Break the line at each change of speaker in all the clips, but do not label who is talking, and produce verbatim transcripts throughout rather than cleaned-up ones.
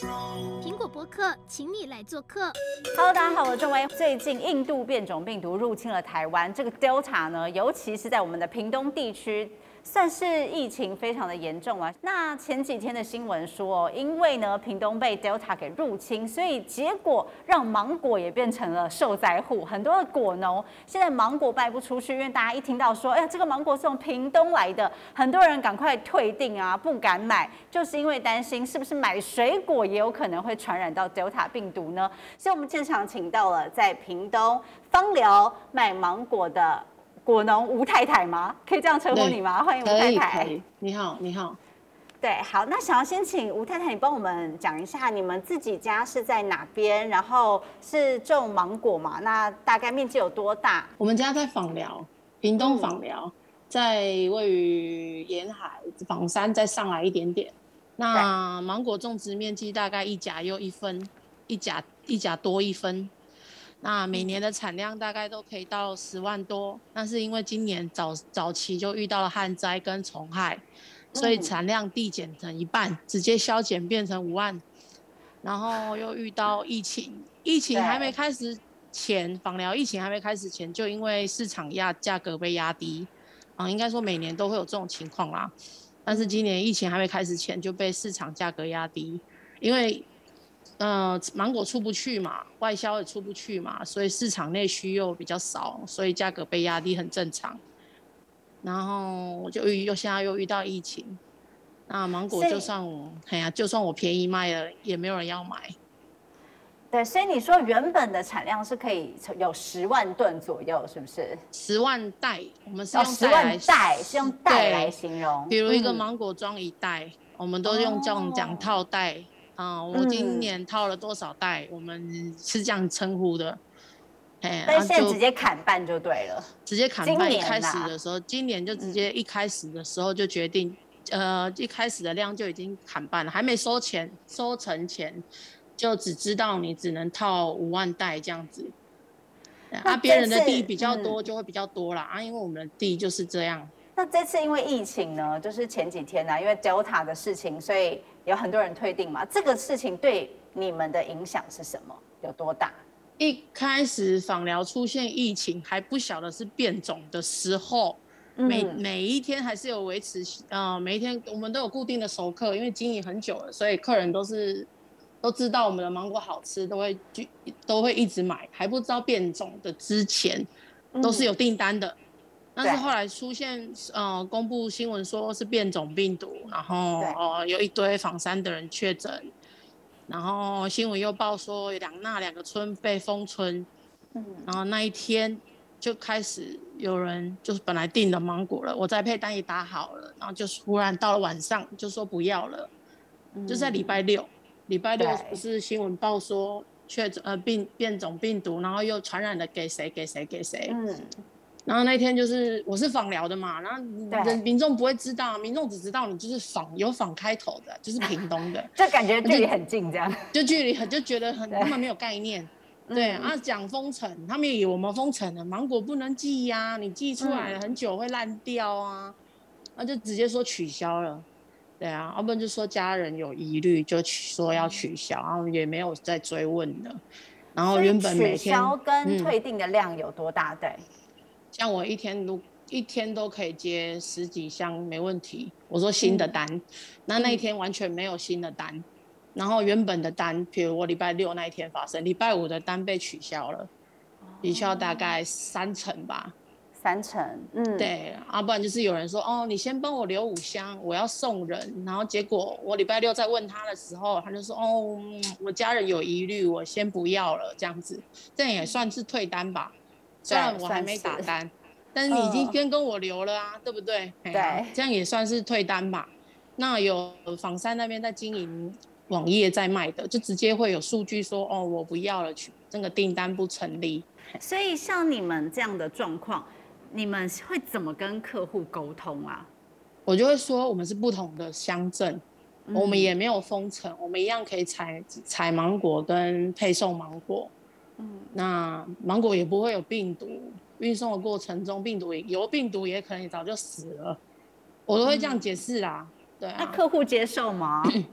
苹果播客，请你来做客。
Hello， 大家好，我是郑薇。最近印度变种病毒入侵了台湾，这个 Delta 呢，尤其是在我们的屏东地区，算是疫情非常的严重啊。那前几天的新闻说，因为呢屏东被 Delta 给入侵，所以结果让芒果也变成了受灾户。很多的果农现在芒果卖不出去，因为大家一听到说，哎呀，这个芒果是从屏东来的，很多人赶快退订啊，不敢买，就是因为担心是不是买水果也有可能会传染到 Delta 病毒呢？所以我们现场请到了在屏东枋寮卖芒果的果农吴太太吗？可以这样称呼你吗？欢迎吴太太。
可以，你好，你好。
对，好，那想要先请吴太太，你帮我们讲一下你们自己家是在哪边，然后是种芒果嘛？那大概面积有多大？
我们家在枋寮，屏东枋寮，嗯、在位于沿海枋山再上来一点点。那芒果种植面积大概一甲又一分，一甲一甲多一分。那每年的产量大概都可以到十万多，但是因为今年早早期就遇到了旱灾跟虫害，所以产量递减成一半，直接削减变成五万。然后又遇到疫情，疫情还没开始前，枋寮疫情还没开始前，就因为市场压价格被压低，啊，应该说每年都会有这种情况啦。但是今年疫情还没开始前就被市场价格压低，因为呃，芒果出不去嘛，外销也出不去嘛，所以市场内需又比较少，所以价格被压低很正常。然后就又现在又遇到疫情，那芒果就算我，哎呀，就算我便宜卖了，也没有人要买。
对，所以你说原本的产量是可以有十万吨左右，是不是？
十万袋，我们是用
十万袋，是用袋来形容。
比如一个芒果装一袋，嗯、我们都用这种讲套袋。啊、嗯，我今年套了多少袋？我们是这样称呼的。
哎，但现在直接砍半就对了。
直接砍半，一开始的时候，今年就直接一开始的时候就决定，嗯、呃，一开始的量就已经砍半了，还没收钱，收成前就只知道你只能套五万袋这样子。啊，别人的地比较多就会比较多啦，嗯、啊，因为我们的地就是这样。
那这次因为疫情呢，就是前几天呢、啊，因为 Delta 的事情，所以有很多人退订嘛。这个事情对你们的影响是什么？有多大？
一开始枋寮出现疫情还不晓得是变种的时候，嗯、每每一天还是有维持，呃，每一天我们都有固定的熟客，因为经营很久了，所以客人都是都知道我们的芒果好吃，都会都会一直买。还不知道变种的之前，都是有订单的。嗯，但是后来出现，呃，公布新闻说是变种病毒，然后呃有一堆枋山的人确诊，然后新闻又报说两那两个村被封村，嗯，然后那一天就开始有人就是本来订了芒果了，我栽培单也打好了，然后就忽然到了晚上就说不要了，嗯、就在礼拜六，礼拜六不是新闻报说确诊呃病变种病毒，然后又传染了给谁给谁给谁，嗯。然后那天就是我是枋寮的嘛，然后人民众不会知道，民众只知道你就是枋有枋开头的，就是屏东的，
就感觉距离很近这样，
就距离很就觉得很他们没有概念，对、嗯、啊讲封城，他们以为我们封城了，芒果不能寄呀、啊，你寄出来了很久会烂掉啊，那、嗯、就直接说取消了，对啊，要不然就说家人有疑虑就说要取消，然后也没有再追问的，然后原本每天
取消跟退订的量有多大？对。
像我一天都一天都可以接十几箱没问题，我说新的单，嗯、那那一天完全没有新的单，嗯、然后原本的单，比如我礼拜六那一天发生，礼拜五的单被取消了，取消大概三成吧，
三成，嗯，
对，要、啊、不然就是有人说哦，你先帮我留五箱，我要送人，然后结果我礼拜六再问他的时候，他就说哦，我家人有疑虑，我先不要了，这样子，这样也算是退单吧。虽然我还没打单，但是你已经跟跟我留了啊，嗯、对不对？
对，
这样也算是退单吧。那有枋山那边在经营网页在卖的，就直接会有数据说，哦，我不要了，这个订单不成立。
所以像你们这样的状况，你们会怎么跟客户沟通啊？
我就会说，我们是不同的乡镇，嗯、我们也没有封城，我们一样可以采采芒果跟配送芒果。嗯，那芒果也不会有病毒，运送的过程中病毒也有病毒，也可能早就死了，我都会这样解释啦。嗯、对啊，
那客户接受吗？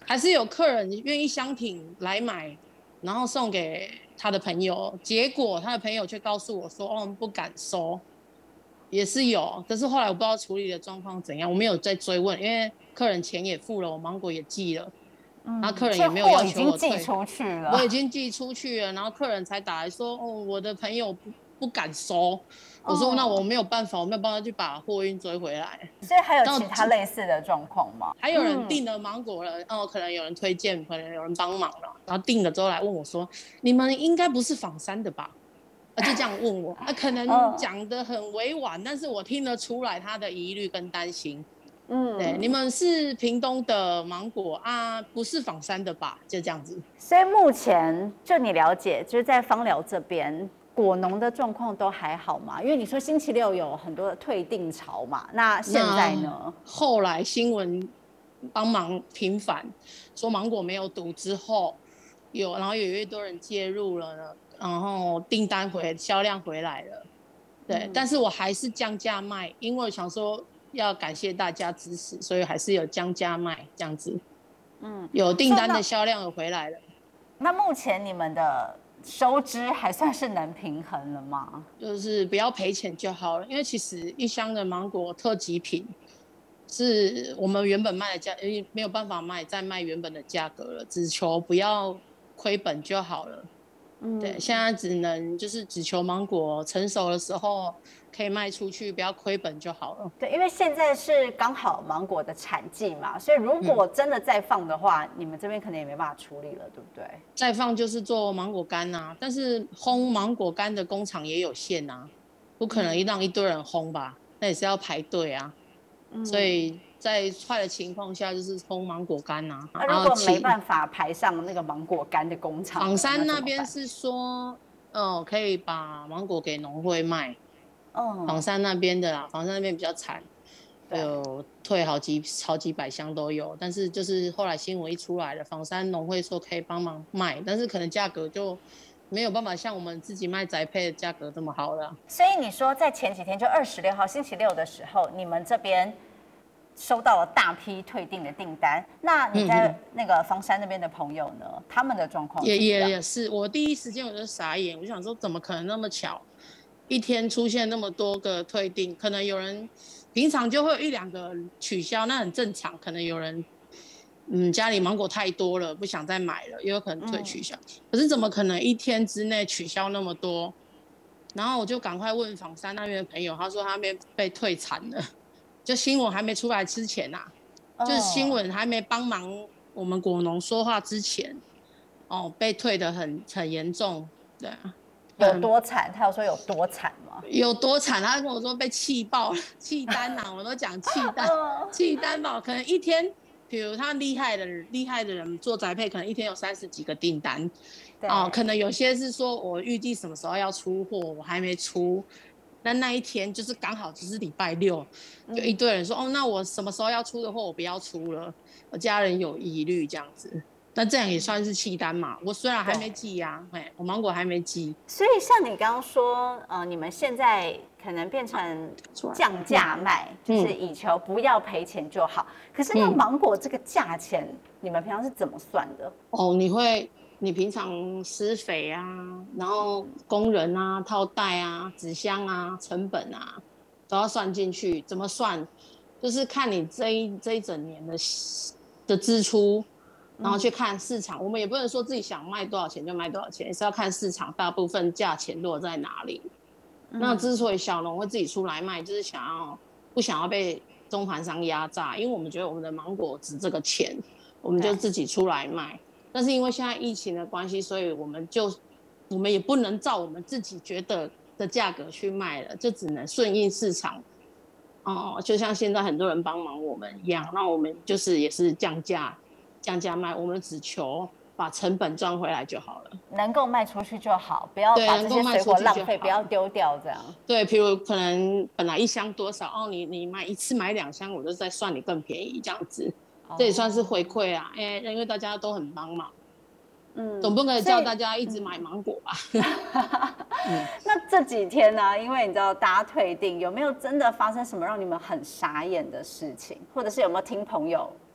还是有客人愿意相挺来买，然后送给他的朋友，结果他的朋友却告诉我说：“哦，不敢收。”也是有，但是后来我不知道处理的状况怎样，我没有再追问，因为客人钱也付了，我芒果也寄了，嗯、然后客人也没有要求我退，
已经寄出去了，
我已经寄出去了，然后客人才打来说：“哦，我的朋友不不敢收。”我说：“那我没有办法，我没有办法去把货运追回来。”
所以还有其他类似的状况吗？
还有人订了芒果了，哦，可能有人推荐，可能有人帮忙了，然后订了之后来问我说：“你们应该不是仿山的吧？”就这样问我，啊，可能讲得很委婉，但是我听得出来他的疑虑跟担心。嗯，对，你们是屏东的芒果啊，不是仿山的吧？就这样子。
所以目前就你了解，就是在芳寮这边果农的状况都还好吗？因为你说星期六有很多的退订潮嘛，那现在呢？
后来新闻帮忙平反，说芒果没有毒之后，有，然后有越多人介入了呢。然后订单回销量回来了，对、嗯，但是我还是降价卖，因为我想说要感谢大家支持，所以还是有降价卖这样子。嗯，有订单的销量有回来了。
那目前你们的收支还算是能平衡了吗？
就是不要赔钱就好了，因为其实一箱的芒果特级品是我们原本卖的价，因为没有办法卖再卖原本的价格了，只求不要亏本就好了。对，现在只能就是只求芒果成熟的时候可以卖出去，不要亏本就好了。
对，因为现在是刚好芒果的产季嘛，所以如果真的再放的话，嗯、你们这边可能也没办法处理了，对不对？
再放就是做芒果干啊，但是烘芒果干的工厂也有限啊，不可能让一堆人烘吧，那也是要排队啊。嗯、所以在坏的情况下，就是烘芒果干啊。
那如果没办法排上那个芒果干的工厂，
仿山那边是说，哦，可以把芒果给农会卖。哦，仿山那边的啦，仿山那边比较惨，有退好几好几百箱都有。但是就是后来新闻一出来了，仿山农会说可以帮忙卖，但是可能价格就没有办法像我们自己卖宅配的价格这么好了。
所以你说在前几天，就二十六号星期六的时候，你们这边收到了大批退订的订单，那你在那个房山那边的朋友呢？嗯、他们的状况
也也也是，我第一时间我就傻眼，我就想说怎么可能那么巧，一天出现那么多个退订？可能有人平常就会有一两个取消，那很正常。可能有人嗯家里芒果太多了，不想再买了，也有可能退取消。嗯、可是怎么可能一天之内取消那么多？然后我就赶快问房山那边的朋友，他说他那边被退惨了。就新闻还没出来之前呐、啊， oh. 就是新闻还没帮忙我们果农说话之前，哦，被退得很很严重，对啊，
有多惨？他有说有多惨吗？
有多惨？他跟我说被气爆了，气单呐、啊，我都讲气单，气单吧，可能一天，比如他厉害的厉害的人做宅配，可能一天有三十几个订单，哦，可能有些是说我预计什么时候要出货，我还没出。那那一天就是刚好只是礼拜六，就一堆人说、嗯、哦，那我什么时候要出的货我不要出了，我家人有疑虑这样子，那这样也算是弃单嘛。我虽然还没寄呀、啊，我芒果还没寄。
所以像你刚刚说，呃，你们现在可能变成降价卖，嗯、就是以求不要赔钱就好。可是那芒果这个价钱，嗯、你们平常是怎么算的？
哦，你会。你平常施肥啊，然后工人啊、套袋啊、纸箱啊、成本啊，都要算进去。怎么算？就是看你这一这一整年的的支出，然后去看市场。嗯、我们也不能说自己想卖多少钱就卖多少钱，也是要看市场大部分价钱落在哪里。嗯、那之所以小农会自己出来卖，就是想要不想要被中盘商压榨，因为我们觉得我们的芒果值这个钱，我们就自己出来卖。但是因为现在疫情的关系，所以我们就我们也不能照我们自己觉得的价格去卖了，就只能顺应市场。哦、呃，就像现在很多人帮忙我们一样，那我们就是也是降价降价卖，我们只求把成本赚回来就好了，
能够卖出去就好，不要把这些水果浪费，不要丢掉这样。
对，比如可能本来一箱多少，哦，你你买一次买两箱，我就再算你更便宜这样子。这也算是回馈啊，哎，因为大家都很帮忙，嗯，总不能叫大家一直买芒果吧？
嗯、那这几天呢、啊，因为你知道大家退订，有没有真的发生什么让你们很傻眼的事情，或者是有没有听朋友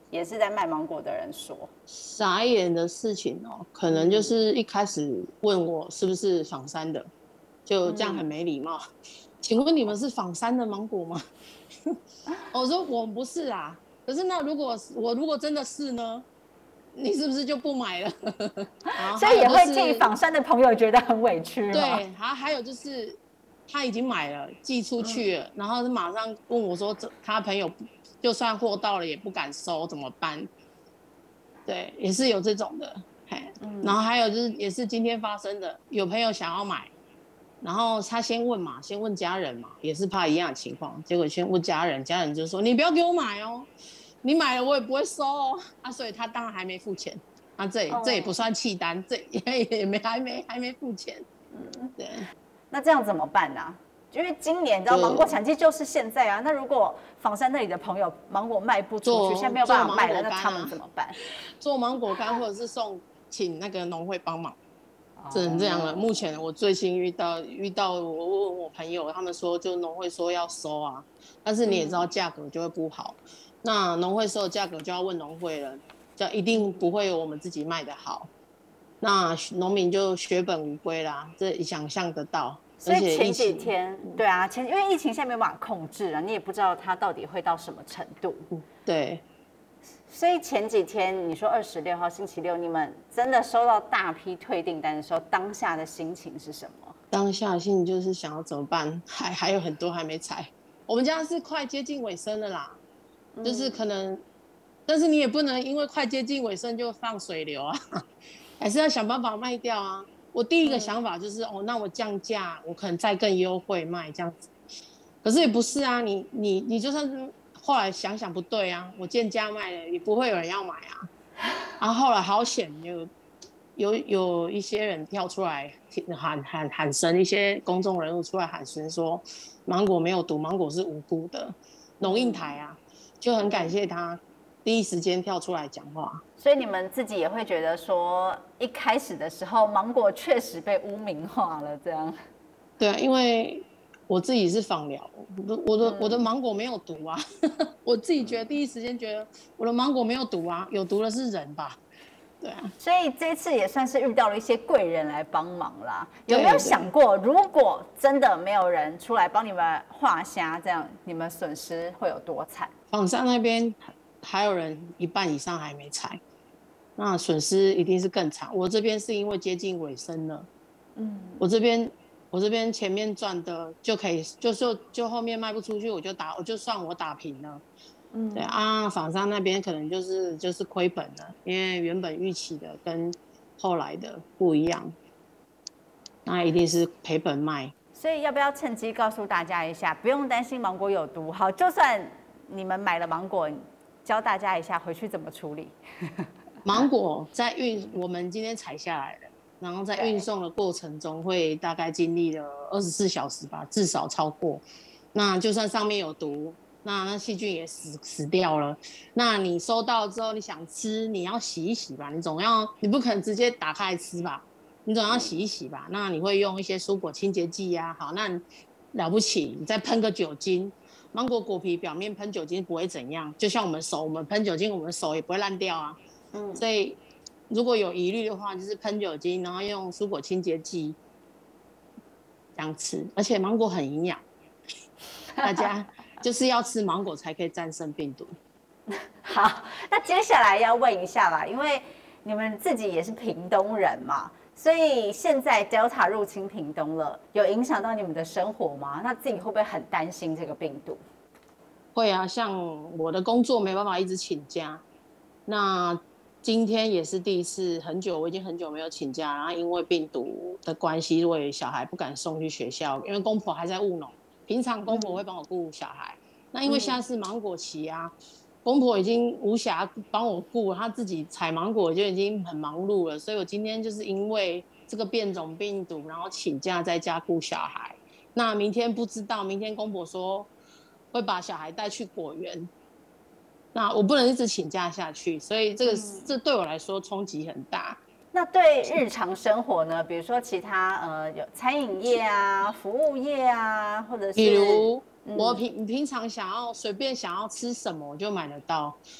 也是在卖芒果的人说？
傻眼的事情哦，可能就是一开始问我是不是仿山的，就这样很没礼貌。嗯、请问你们是仿山的芒果吗？我说我不是啊，可是那如果我如果真的是呢，你是不是就不买了？
所以也会替仿山的朋友觉得很委屈。
对，然后还有就是他已经买了，寄出去了，嗯、然后马上问我说，他朋友就算货到了也不敢收，怎么办？对，也是有这种的。嗯、然后还有就是也是今天发生的，有朋友想要买。然后他先问嘛，先问家人嘛，也是怕一样的情况。结果先问家人，家人就说：“你不要给我买哦，你买了我也不会收哦。”啊，所以他当然还没付钱。啊，这也、哦、这也不算弃单，这也也没还没还没付钱。嗯，对。
那这样怎么办呢、啊？因为今年你知道芒果产季就是现在啊。那如果仿山那里的朋友芒果卖不出去，现在没有办法卖了，那他们怎么办？
做芒果干或者是送请那个农会帮忙。只能这样了。目前我最新遇到遇到我问我朋友，他们说就农会说要收啊，但是你也知道价格就会不好。嗯、那农会收的价格就要问农会了，就一定不会有我们自己卖的好。那农民就血本无归啦，这想象得到。
所以前几天，对啊，前因为疫情现在没有办法控制啊，你也不知道它到底会到什么程度。
嗯、对。
所以前几天你说二十六号星期六，你们真的收到大批退订单的时候，当下的心情是什么？
当下的心情就是想要怎么办，还还有很多还没采。我们家是快接近尾声了啦，嗯、就是可能，但是你也不能因为快接近尾声就放水流啊，还是要想办法卖掉啊。我第一个想法就是，嗯、哦，那我降价，我可能再更优惠卖这样子。可是也不是啊，你你你就算是。后来想想不对啊，我贱价卖了也不会有人要买啊。然后后来好险有有有一些人跳出来喊喊喊声，一些公众人物出来喊声说芒果没有毒，芒果是无辜的。农印台啊，就很感谢他第一时间跳出来讲话。
所以你们自己也会觉得说，一开始的时候芒果确实被污名化了，这样。
对啊，因为。我自己是访疗，我的我的、嗯、我的芒果没有毒啊，我自己觉得第一时间觉得我的芒果没有毒啊，有毒的是人吧，对啊。
所以这次也算是遇到了一些贵人来帮忙啦。有没有想过，如果真的没有人出来帮你们画虾，这样你们损失会有多惨？
仿山那边还有人一半以上还没采，那损失一定是更惨。我这边是因为接近尾声了，嗯，我这边。我这边前面赚的就可以，就就就后面卖不出去，我就打，我就算我打平了。嗯，对啊，厂商那边可能就是就是亏本了，因为原本预期的跟后来的不一样，那一定是赔本卖。
所以要不要趁机告诉大家一下，不用担心芒果有毒，好，就算你们买了芒果，教大家一下回去怎么处理。
芒果在运，我们今天采下来的。然后在运送的过程中，会大概经历了二十四小时吧，至少超过。那就算上面有毒，那那细菌也死死掉了。那你收到之后，你想吃，你要洗一洗吧，你总要，你不可能直接打开来吃吧，你总要洗一洗吧。那你会用一些蔬果清洁剂呀、啊，好，那了不起，你再喷个酒精。芒果果皮表面喷酒精不会怎样，就像我们手，我们喷酒精，我们手也不会烂掉啊。嗯，所以。如果有疑虑的话，就是喷酒精，然后用蔬果清洁剂这样吃。而且芒果很营养，大家就是要吃芒果才可以战胜病毒。
好，那接下来要问一下啦，因为你们自己也是屏东人嘛，所以现在 Delta 入侵屏东了，有影响到你们的生活吗？那自己会不会很担心这个病毒？
会啊，像我的工作没办法一直请假，那。今天也是第一次，很久我已经很久没有请假，然后因为病毒的关系，所以小孩不敢送去学校，因为公婆还在务农。平常公婆会帮我顾小孩，嗯、那因为现在是芒果期啊，公婆已经无暇帮我顾，他自己采芒果就已经很忙碌了，所以我今天就是因为这个变种病毒，然后请假在家顾小孩。那明天不知道，明天公婆说会把小孩带去果园。那我不能一直请假下去，所以这个、嗯、这对我来说冲击很大。
那对日常生活呢？比如说其他呃有餐饮业啊、服务业啊，或者是
比如我平、嗯、平常想要随便想要吃什么我就买得到。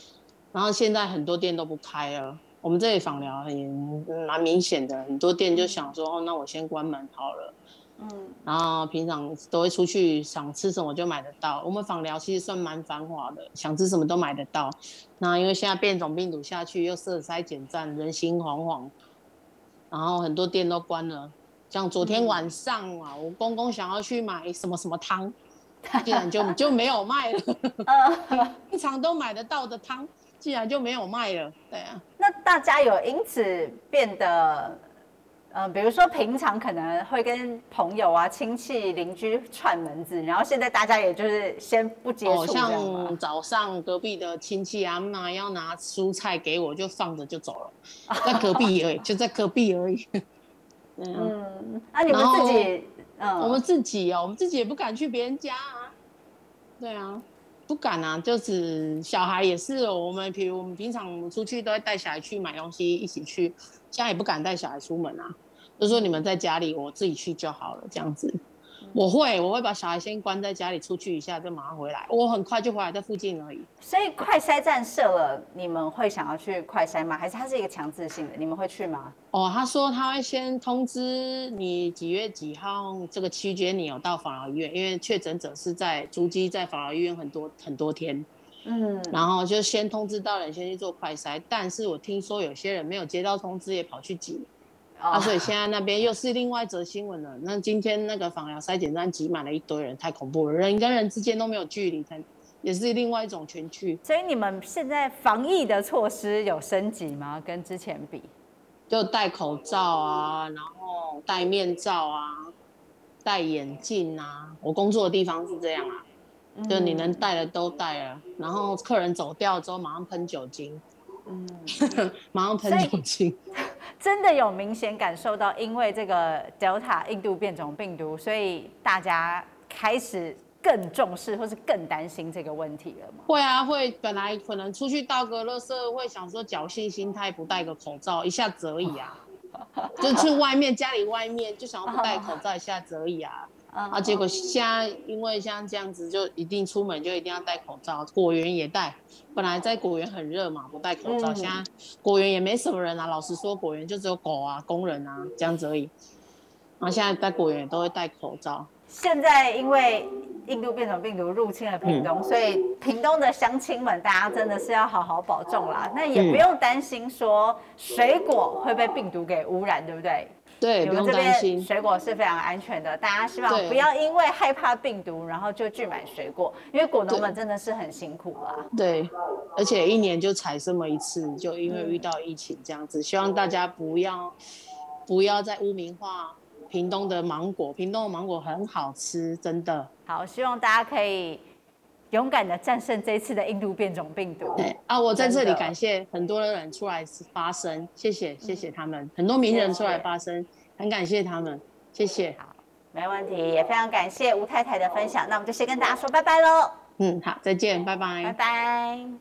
然后现在很多店都不开了。我们这里访疗很蛮明显的，很多店就想说，哦，那我先关门好了。嗯，然后平常都会出去，想吃什么就买得到。我们访疗其实算蛮繁华的，想吃什么都买得到。那因为现在变种病毒下去，又设筛检站，人心惶惶，然后很多店都关了。像昨天晚上啊，我公公想要去买什么什么汤，竟然就就没有卖了。平常都买得到的汤，竟然就没有卖了。对啊，
那大家有因此变得？呃，比如说平常可能会跟朋友啊、亲戚、邻居串门子，然后现在大家也就是先不接触，哦，
像早上隔壁的亲戚阿嬷要拿蔬菜给我，就放着就走了，在隔壁而已，就在隔壁而已。
嗯，那、啊、你们自己，嗯，
我们自己哦，我们自己也不敢去别人家啊。对啊，不敢啊，就是小孩也是哦。我们比如我们平常我们出去都会带小孩去买东西，一起去。现在也不敢带小孩出门啊，就说你们在家里，我自己去就好了，这样子。我会，我会把小孩先关在家里，出去一下就马上回来，我很快就回来，在附近而已。
所以快筛站设了，你们会想要去快筛吗？还是它是一个强制性的？你们会去吗？
哦，他说他会先通知你几月几号这个期间你有到访疗医院，因为确诊者是在足迹在访疗医院很多很多天。嗯，然后就先通知到人先去做快筛，但是我听说有些人没有接到通知也跑去挤，哦、啊，所以现在那边又是另外一则新闻了。那今天那个访疗筛检站挤满了一堆人，太恐怖了，人跟人之间都没有距离，也是另外一种群聚。
所以你们现在防疫的措施有升级吗？跟之前比？
就戴口罩啊，然后戴面罩啊，戴眼镜啊。我工作的地方是这样啊。就你能带的都带了，然后客人走掉之后马上喷酒精，嗯，马上喷酒精，
真的有明显感受到，因为这个 Delta 印度变种病毒，所以大家开始更重视或是更担心这个问题了吗？
会啊，会，本来可能出去倒个垃圾，会想说侥幸心态不戴个口罩，一下子而已啊，就去外面家里外面就想要不戴口罩，一下子而已啊。啊！结果现在因为像这样子，就一定出门就一定要戴口罩。果园也戴，本来在果园很热嘛，不戴口罩。嗯、现在果园也没什么人啊，老实说，果园就只有狗啊、工人啊这样子而已。然后现在在果园都会戴口罩。
现在因为印度变种病毒入侵了屏东，嗯、所以屏东的乡亲们，大家真的是要好好保重啦。那也不用担心说水果会被病毒给污染，对不对？
对，不用担心，
水果是非常安全的。大家希望不要因为害怕病毒，然后就拒买水果，因为果农们真的是很辛苦啦。
对，而且一年就采这么一次，就因为遇到疫情这样子，希望大家不要不要再污名化屏东的芒果，屏东的芒果很好吃，真的。
好，希望大家可以勇敢的战胜这一次的印度变种病毒。
对啊，我在这里感谢很多的人出来发声，谢谢谢谢他们，嗯、很多名人出来发声，很感谢他们，谢谢。
好，没问题，也非常感谢吴太太的分享，那我们就先跟大家说拜拜喽。
嗯，好，再见，拜拜，
拜拜。